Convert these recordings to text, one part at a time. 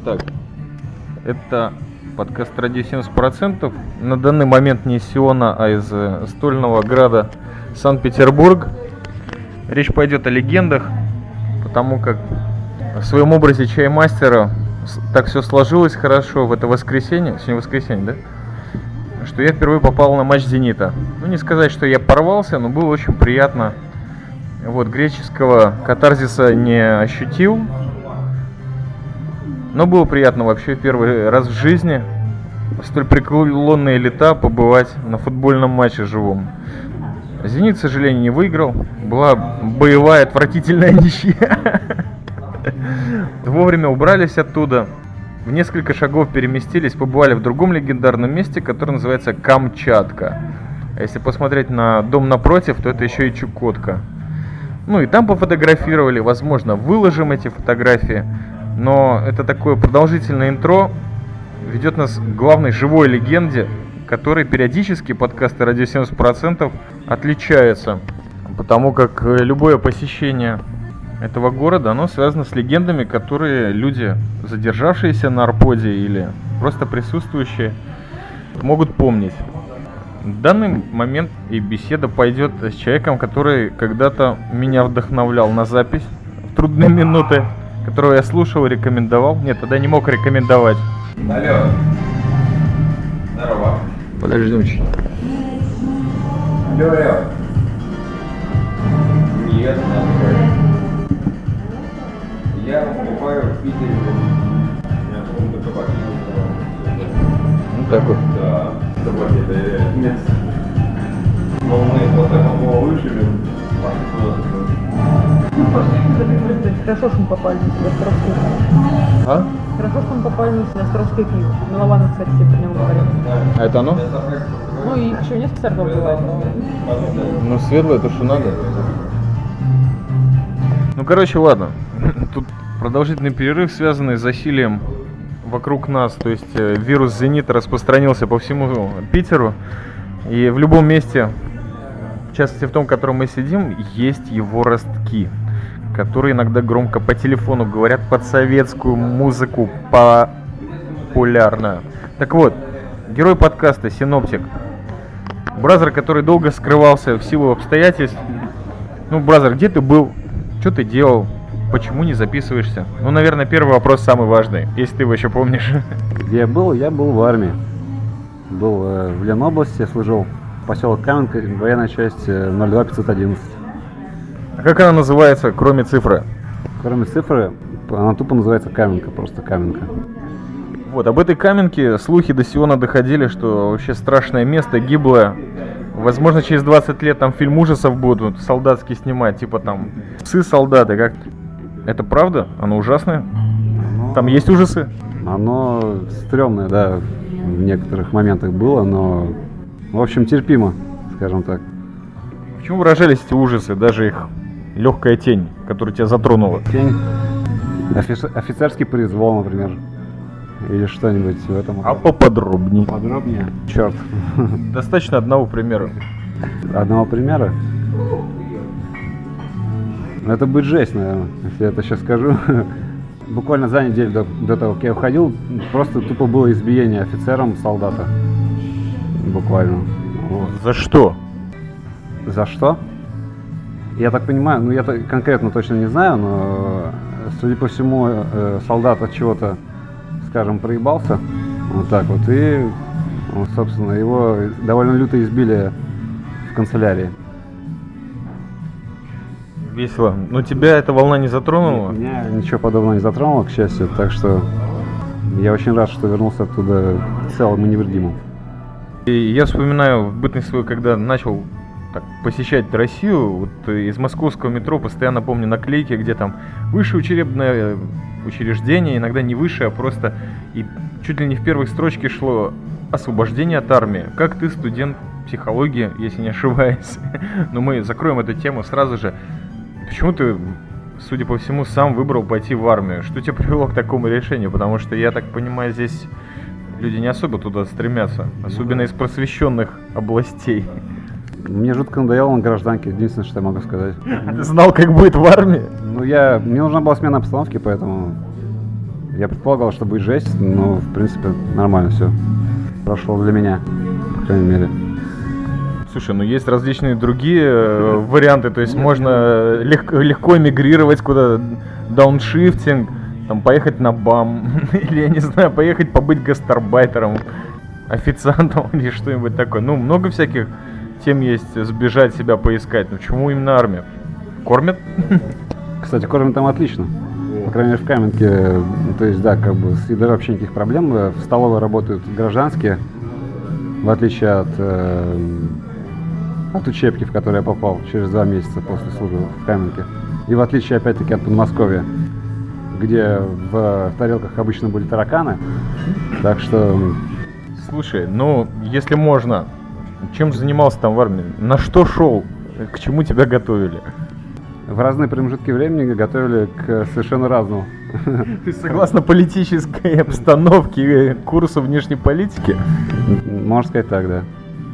Итак, это подкаст «Радио 70%». На данный момент не из Сиона, а из стольного града Санкт-Петербург. Речь пойдет о легендах, потому как в своем образе чаймастера так все сложилось хорошо в это воскресенье, сегодня воскресенье, да? Что я впервые попал на матч «Зенита». Ну, не сказать, что я порвался, но было очень приятно. Вот, греческого катарзиса не ощутил. Но было приятно вообще первый раз в жизни в столь преклонные лета побывать на футбольном матче живом. «Зенит», к сожалению, не выиграл. Была боевая, отвратительная ничья. Вовремя убрались оттуда. В несколько шагов переместились, побывали в другом легендарном месте, которое называется Камчатка. А если посмотреть на дом напротив, то это еще и Чукотка. Ну и там пофотографировали, возможно, выложим эти фотографии. Но это такое продолжительное интро ведет нас к главной живой легенде, которой периодически подкасты «Радио 70%» отличаются. Потому как любое посещение этого города, оно связано с легендами, которые люди, задержавшиеся на Арподе или просто присутствующие, могут помнить. В данный момент и беседа пойдет с человеком, который когда-то меня вдохновлял на запись в трудные минуты, которого я слушал и рекомендовал. Нет, тогда не мог рекомендовать. Алло. Здорово. Подождем чуть. Алло. Нет, я покупаю в Питере. Я помню, только Ну так вот. Да. Давайте, это нет. Волны вот такого вышили. Хорошо, что мы попали на Сильвестровское пиво. А? Хорошо, что мы попали на Сильвестровское пиво. Милована, кстати, все про него говорят. А это оно? Ну и еще несколько сортов бывает. Ну, светлое, то, что надо. Ну, короче, ладно. Тут продолжительный перерыв, связанный с засилием вокруг нас. То есть вирус «Зенита» распространился по всему Питеру. И в любом месте, в частности в том, в котором мы сидим, есть его ростки, которые иногда громко по телефону говорят под советскую музыку популярно. Так вот, герой подкаста «Синоптик». Бразер, который долго скрывался в силу обстоятельств. Ну, Бразер, где ты был? Что ты делал? Почему не записываешься? Ну, наверное, первый вопрос самый важный, если ты его еще помнишь. Где я был? Я был в армии. Был в Ленобласти, служил поселок Каменка, военная часть 02511. А как она называется, кроме цифры? Кроме цифры, она тупо называется Каменка, просто Каменка. Вот, об этой Каменке слухи до Сиона доходили, что вообще страшное место, гиблое. Возможно, через 20 лет там фильм ужасов будут солдатский снимать, типа там «Псы-солдаты». Как... Это правда? Оно ужасное? Там есть ужасы? Оно стрёмное, да, в некоторых моментах было, но, в общем, терпимо, скажем так. В чем выражались эти ужасы, даже их легкая тень, которая тебя затронула? Тень. Офицерский произвол, например. Или что-нибудь в этом. А поподробнее? Подробнее? Черт. Достаточно одного примера. Одного примера? Это будет жесть, наверное, если я это сейчас скажу. Буквально за неделю до того, как я уходил, просто тупо было избиение офицером солдата. Буквально. Вот. За что? За что? Я так понимаю, ну я конкретно точно не знаю, но, судя по всему, солдат от чего-то, скажем, проебался. Вот так вот. И, собственно, его довольно люто избили в канцелярии. Весело. Но тебя эта волна не затронула? Меня ничего подобного не затронуло, к счастью, так что я очень рад, что вернулся оттуда целым и невредимым. И я вспоминаю в бытность свою, когда начал так посещать Россию, вот из московского метро постоянно помню наклейки, где там высшее учебное учреждение, иногда не высшее, а просто и чуть ли не в первой строчке шло освобождение от армии. Как ты, студент психологии, если не ошибаюсь. Но мы закроем эту тему сразу же. Почему ты, судя по всему, сам выбрал пойти в армию? Что тебя привело к такому решению? Потому что, я так понимаю, здесь люди не особо туда стремятся, особенно из просвещенных областей. Мне жутко надоело на гражданке, единственное, что я могу сказать. А ты знал, как будет в армии? Ну, мне нужна была смена обстановки, поэтому Я предполагал, что будет жесть, но, в принципе, нормально все прошло для меня, по крайней мере. Слушай, ну есть различные другие варианты, то есть можно легко эмигрировать куда-то, дауншифтинг, там, поехать на БАМ, или, я не знаю, поехать побыть гастарбайтером, официантом или что-нибудь такое. Ну, много всяких тем есть, сбежать, себя поискать. Ну, почему именно армия? Кормят? Кстати, кормят там отлично. По крайней мере, в Каменке, то есть, да, как бы с едой вообще никаких проблем. В столовой работают гражданские, в отличие от учебки, в которую я попал через 2 месяца после службы в Каменке. И в отличие, опять-таки, от Подмосковья, где в тарелках обычно были тараканы. Так что... Слушай, ну, если можно, чем занимался там в армии? На что шел? К чему тебя готовили? В разные промежутки времени готовили к совершенно разному. Ты согласно политической обстановке курсу внешней политики? Можно сказать так, да.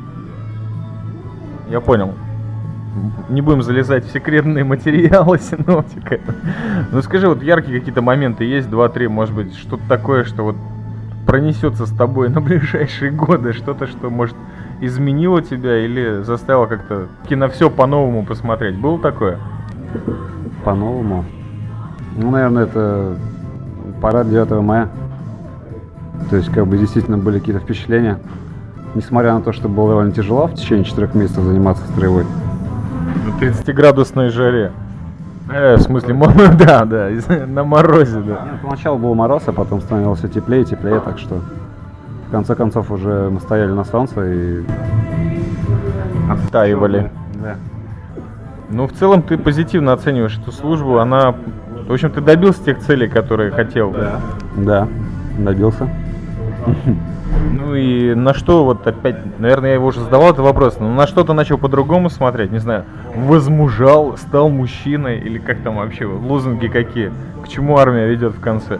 Я понял. Не будем залезать в секретные материалы синоптика. Ну скажи, вот яркие какие-то моменты есть, 2-3, может быть, что-то такое, что вот пронесется с тобой на ближайшие годы, что-то, что, может, изменило тебя или заставило как-то на все по-новому посмотреть. Было такое? По-новому? Ну, наверное, это парад 9 мая. То есть, как бы, действительно были какие-то впечатления. Несмотря на то, что было довольно тяжело в течение 4 месяцев заниматься строевой. На 30-градусной жаре. В смысле, да, на морозе, да. Нет, поначалу был мороз, а потом становилось все теплее и теплее, так что в конце концов уже мы стояли на солнце и... оттаивали. Да. Ну, в целом ты позитивно оцениваешь эту службу, она... В общем, ты добился тех целей, которые хотел. Да, добился. Ну и на что, вот опять, наверное, я его уже задавал этот вопрос, но на что ты начал по-другому смотреть, не знаю, возмужал, стал мужчиной, или как там вообще, лозунги какие, к чему армия ведет в конце?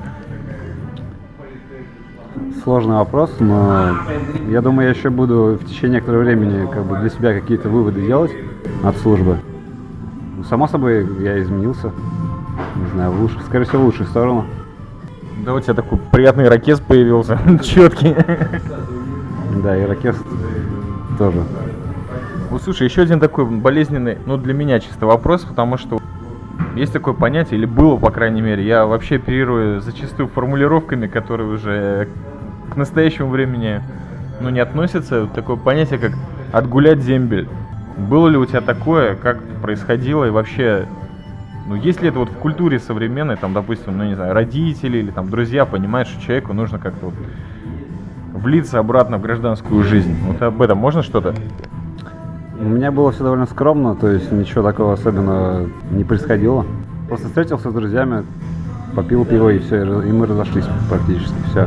Сложный вопрос, но я думаю, я еще буду в течение некоторого времени как бы для себя какие-то выводы делать от службы. Само собой, я изменился, не знаю, скорее всего, в лучшую сторону. Да, у тебя такой приятный ирокез появился, четкий. Да, ирокез тоже. Вот слушай, еще один такой болезненный, ну для меня чисто вопрос, потому что есть такое понятие, или было, по крайней мере, я вообще оперирую зачастую формулировками, которые уже к настоящему времени, ну, не относятся. Такое понятие, как «отгулять зембель». Было ли у тебя такое, как происходило и вообще... Ну, есть ли это вот в культуре современной, там, допустим, ну, не знаю, родители или там друзья понимают, что человеку нужно как-то вот влиться обратно в гражданскую жизнь? Вот об этом можно что-то? У меня было все довольно скромно, то есть ничего такого особенного не происходило. Просто встретился с друзьями, попил пиво и все, и мы разошлись практически, все.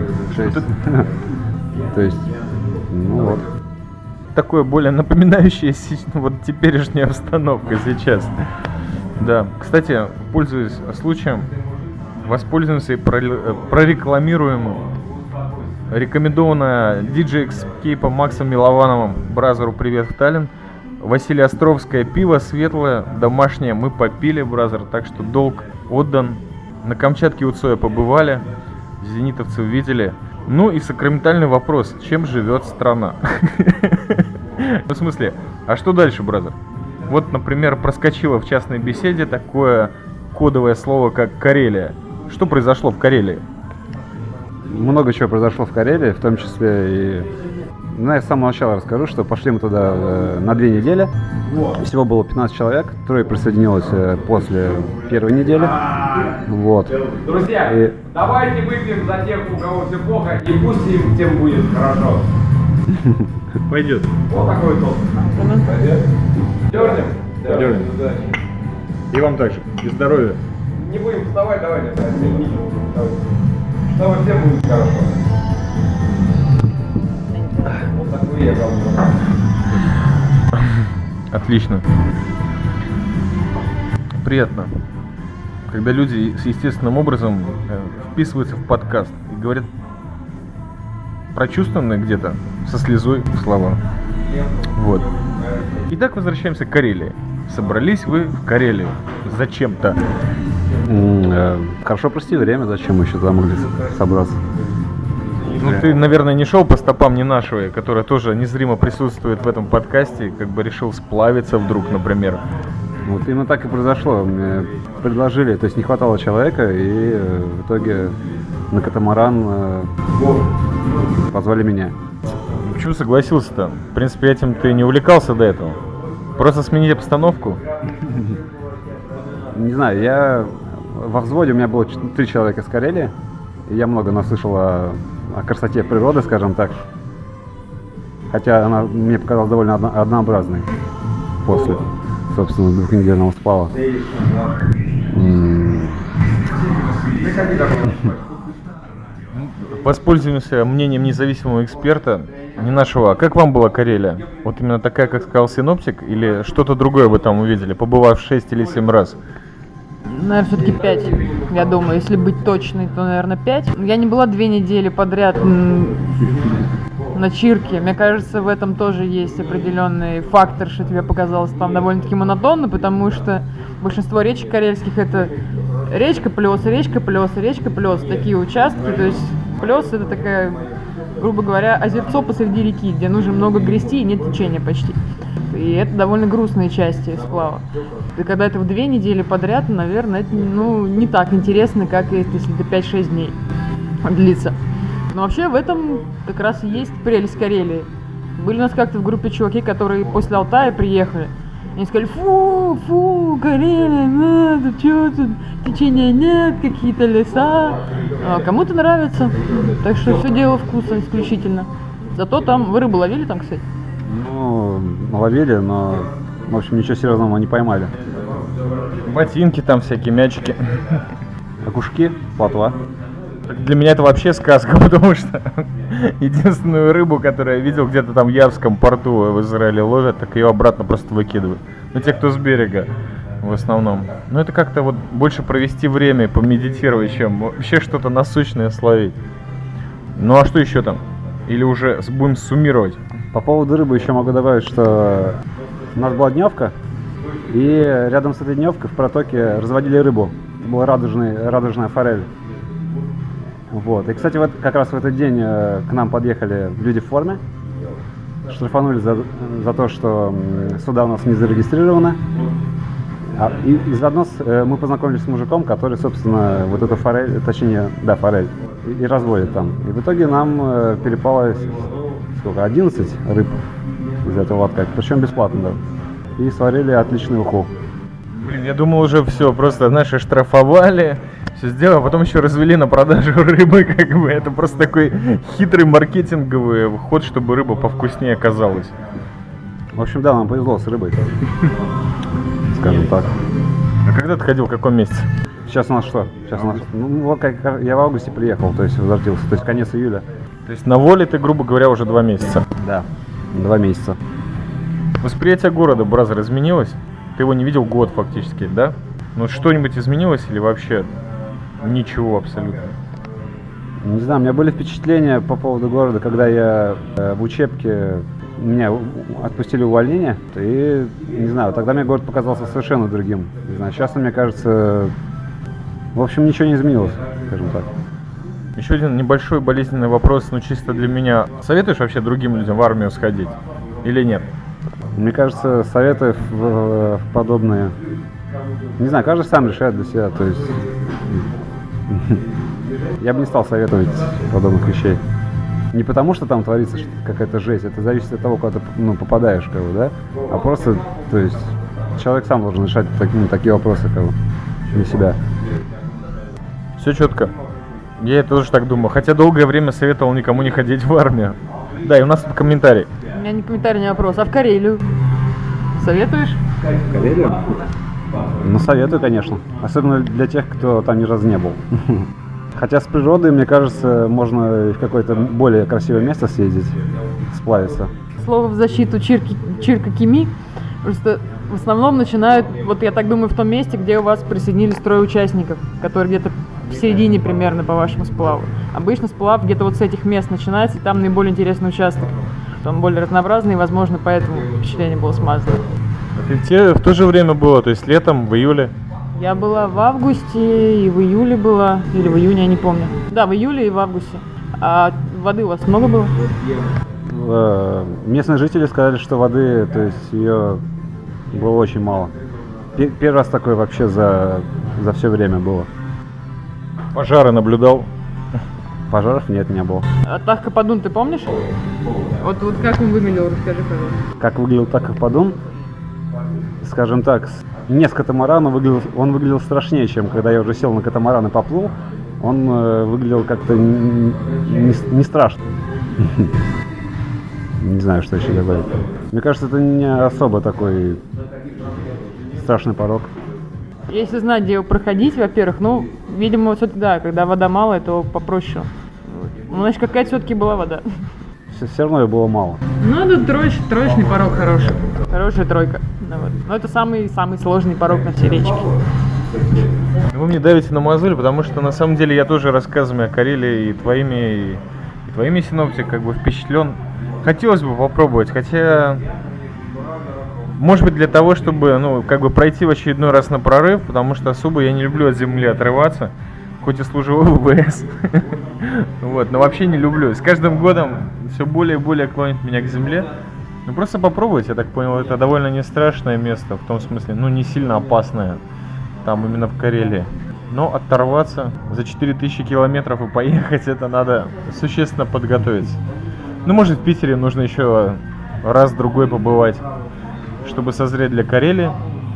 То есть, ну вот. Такое более напоминающее вот теперешнюю обстановку сейчас. Да, кстати, пользуясь случаем, воспользуемся и прорекламируем рекомендованное DJ Escape Максом Миловановым, бразеру «Привет в Таллин». Василий Островское пиво светлое, домашнее, мы попили, бразер, так что долг отдан. На Камчатке у Цоя побывали, зенитовцы увидели. Ну и сакраментальный вопрос, чем живет страна? Ну, в смысле, а что дальше, бразер? Вот, например, проскочило в частной беседе такое кодовое слово, как Карелия. Что произошло в Карелии? Много чего произошло в Карелии, в том числе и... Ну, я с самого начала расскажу, что пошли мы туда на 2 недели. Всего было 15 человек, 3 присоединилось после первой недели. Вот. Друзья, давайте выпьем за тех, у кого все плохо, и пусть им тем будет хорошо. Пойдет. Вот такой тост. Дернем? Дернем. И вам также. И здоровья. Не будем вставать, давайте. Чтобы всем будет хорошо. Вот такой я говорю. Отлично. Приятно, когда люди с естественным образом вписываются в подкаст и говорят прочувствованные где-то, со слезой слова. Вот. Итак, возвращаемся к Карелии. Собрались вы в Карелию зачем-то. Хорошо провести время, зачем мы еще туда могли собраться? Ну, ты, наверное, не шел по стопам Ненашевой, которая тоже незримо присутствует в этом подкасте, как бы решил сплавиться вдруг, например. Вот именно так и произошло. Мне предложили, то есть не хватало человека, и в итоге на катамаран позвали меня. Почему согласился-то? В принципе, этим ты не увлекался до этого. Просто сменить обстановку? Не знаю, я во взводе, у меня было 3 человека с Карелии, и я много наслышал о красоте природы, скажем так. Хотя она мне показалась довольно однообразной после, собственно, 2-недельного сплава. Воспользуемся мнением независимого эксперта Ненашева. Как вам была Карелия? Вот именно такая, как сказал синоптик, или что-то другое вы там увидели, побывав 6 или 7 раз? Наверное, все-таки 5, я думаю. Если быть точной, то, наверное, 5. Я не была 2 недели подряд на Чирке. Мне кажется, в этом тоже есть определенный фактор, что тебе показалось там довольно-таки монотонно, потому что большинство речек карельских — это речка, плес, речка, плес, речка, плес. Такие участки. То есть плес — это такая, грубо говоря, озерцо посреди реки, где нужно много грести и нет течения почти. И это довольно грустные части сплава. И когда это в 2 недели подряд, наверное, это не так интересно, как если это 5-6 дней длится. Но вообще в этом как раз и есть прелесть Карелии. Были у нас как-то в группе чуваки, которые после Алтая приехали. Они сказали: фу, Карелия, тут что тут, течения нет, какие-то леса. А кому-то нравится, так что все дело вкуса исключительно. Зато там, вы рыбу ловили там, кстати? Ну, ловили, но, в общем, ничего серьезного мы не поймали. Ботинки там всякие, мячики. Окушки, плотва. Для меня это вообще сказка, потому что единственную рыбу, которую я видел где-то там в Явском порту в Израиле ловят, так ее обратно просто выкидывают. Ну, те, кто с берега в основном. Но это как-то вот больше провести время и помедитировать, чем вообще что-то насущное словить. Ну а что еще там? Или уже будем суммировать? По поводу рыбы еще могу добавить, что у нас была дневка, и рядом с этой дневкой в протоке разводили рыбу. Это была радужная форель. Вот. И, кстати, как раз в этот день к нам подъехали люди в форме, штрафанули за то, что суда у нас не зарегистрировано. И заодно мы познакомились с мужиком, который, собственно, вот эту форель, точнее, да, форель, и разводит там. И в итоге нам перепало, 11 рыб из этого лотка, причем бесплатно, да. И сварили отличный уху. Блин, я думал уже все, просто, знаешь, штрафовали, все сделали, а потом еще развели на продажу рыбы, как бы. Это просто такой хитрый маркетинговый ход, чтобы рыба повкуснее оказалась. В общем, да, нам повезло с рыбой, скажем так. А когда ты ходил, в каком месяце? Сейчас у нас что? Сейчас у нас, я в августе приехал, то есть возвратился, то есть конец июля. То есть на воле ты, грубо говоря, уже 2 месяца? Да, 2 месяца. Восприятие города, Бразер, изменилось? Ты его не видел год фактически, да? Ну что-нибудь изменилось или вообще ничего абсолютно? Не знаю, у меня были впечатления по поводу города, когда я в учебке, меня отпустили увольнение, и, не знаю, тогда мне город показался совершенно другим. Не знаю, сейчас, мне кажется, в общем, ничего не изменилось, скажем так. Еще один небольшой болезненный вопрос, но чисто для меня. Советуешь вообще другим людям в армию сходить или нет? Мне кажется, советы в подобные... Не знаю, каждый сам решает для себя, то есть... Я бы не стал советовать подобных вещей. Не потому, что там творится какая-то жесть, это зависит от того, куда ты попадаешь, как бы, да? А просто, то есть, человек сам должен решать такие вопросы, как бы, для себя. Все четко. Я тоже так думаю. Хотя долгое время советовал никому не ходить в армию. Да, и у нас тут комментарий. У меня не комментарий, не вопрос. А в Карелию? Советуешь? В Карелию? Ну, советую, конечно. Особенно для тех, кто там ни разу не был. Хотя с природой, мне кажется, можно в какое-то более красивое место съездить, сплавиться. Слово в защиту Чирка Кеми. Просто в основном начинают, вот я так думаю, в том месте, где у вас присоединились 3 участников, которые где-то в середине примерно по вашему сплаву. Обычно сплав где-то вот с этих мест начинается, и там наиболее интересный участок. Он более разнообразный, и, возможно, поэтому впечатление было смазано. И в то же время было, то есть летом, в июле? Я была в августе и в июле была, или в июне, я не помню. Да, в июле и в августе. А воды у вас много было? Местные жители сказали, что воды, то есть ее было очень мало. Первый раз такое вообще за все время было. Пожары наблюдал. Пожаров нет, не было. А Тахкападун ты помнишь? Вот как он выглядел, расскажи, пожалуйста. Как выглядел Тахкападун? Скажем так, не с катамарана он выглядел страшнее, чем когда я уже сел на катамаран и поплыл. Он выглядел как-то не страшно. Не знаю, что еще добавить. Мне кажется, это не особо такой страшный порог. Если знать, где его проходить, во-первых, видимо, все-таки, да, когда вода мало, то попроще. Значит, какая-то все-таки была вода. Все равно ее было мало. Это троечный порог хороший. Хорошая тройка. Но это самый сложный порог на всей речке. Вы мне давите на мозоль, потому что на самом деле я тоже рассказами о Карелии и твоими синоптик впечатлен. Хотелось бы попробовать, хотя, может быть, для того, чтобы, пройти в очередной раз на прорыв, потому что особо я не люблю от земли отрываться, хоть и служу в ВВС, но вообще не люблю. С каждым годом все более и более клонит меня к земле. Просто попробовать, я так понял, это довольно не страшное место, в том смысле, не сильно опасное, там именно в Карелии. Но оторваться за 4000 километров и поехать, это надо существенно подготовиться. Может, в Питере нужно еще раз-другой побывать, чтобы созреть для Карелии.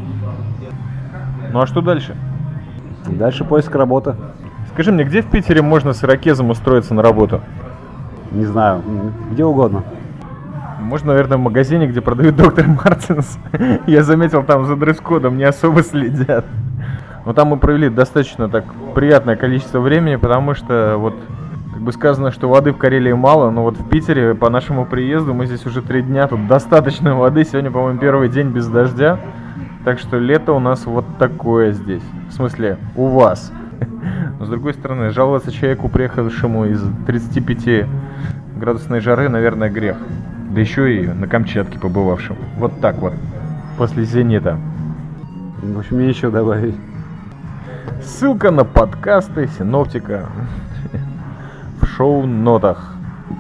А что дальше? Дальше поиск работы. Скажи мне, где в Питере можно с ирокезом устроиться на работу? Не знаю, где угодно. Можно, наверное, в магазине, где продают Доктор Мартинс. Я заметил, там за дресс-кодом не особо следят. Но там мы провели достаточно так приятное количество времени, потому что сказано, что воды в Карелии мало, но в Питере по нашему приезду мы здесь уже 3 дня, тут достаточно воды, сегодня, по-моему, первый день без дождя, так что лето у нас вот такое здесь, в смысле, у вас. Но с другой стороны, жаловаться человеку, приехавшему из 35-градусной жары, наверное, грех, да еще и на Камчатке побывавшим, вот так вот, после «Зенита». В общем, мне еще добавить. Ссылка на подкасты синоптика в шоу-нотах.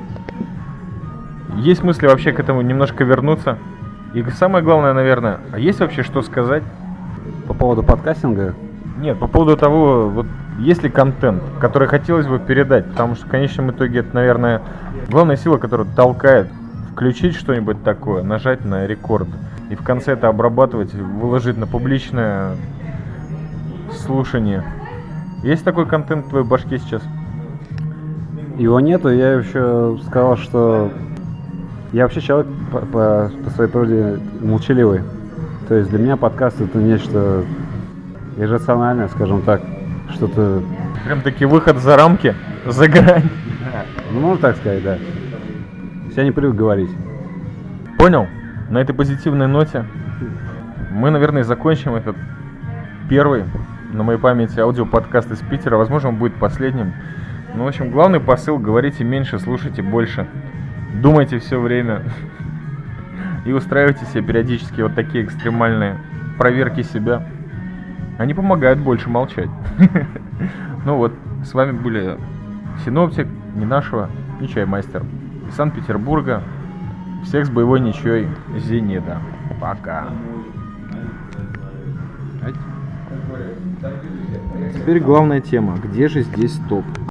Есть мысли вообще к этому немножко вернуться? И самое главное, наверное, а есть вообще что сказать? По поводу подкастинга? Нет, по поводу того, есть ли контент, который хотелось бы передать, потому что в конечном итоге это, наверное, главная сила, которая толкает включить что-нибудь такое, нажать на рекорд и в конце это обрабатывать, выложить на публичное слушание. Есть такой контент в твоей башке сейчас? Его нету, я еще сказал, что я вообще человек по своей природе молчаливый. То есть для меня подкаст это нечто иррациональное, скажем так, что-то... Прям-таки выход за рамки, за грань. Можно так сказать, да. Я не привык говорить. Понял? На этой позитивной ноте мы, наверное, закончим этот первый, на моей памяти, аудиоподкаст из Питера. Возможно, он будет последним. В общем, главный посыл: говорите меньше, слушайте больше. Думайте все время. И устраивайте себе периодически такие экстремальные проверки себя. Они помогают больше молчать. С вами были синоптик, не нашего, и чаймастер из Санкт-Петербурга. Всех с боевой ничьей «Зенита». Пока. Теперь главная тема. Где же здесь топ?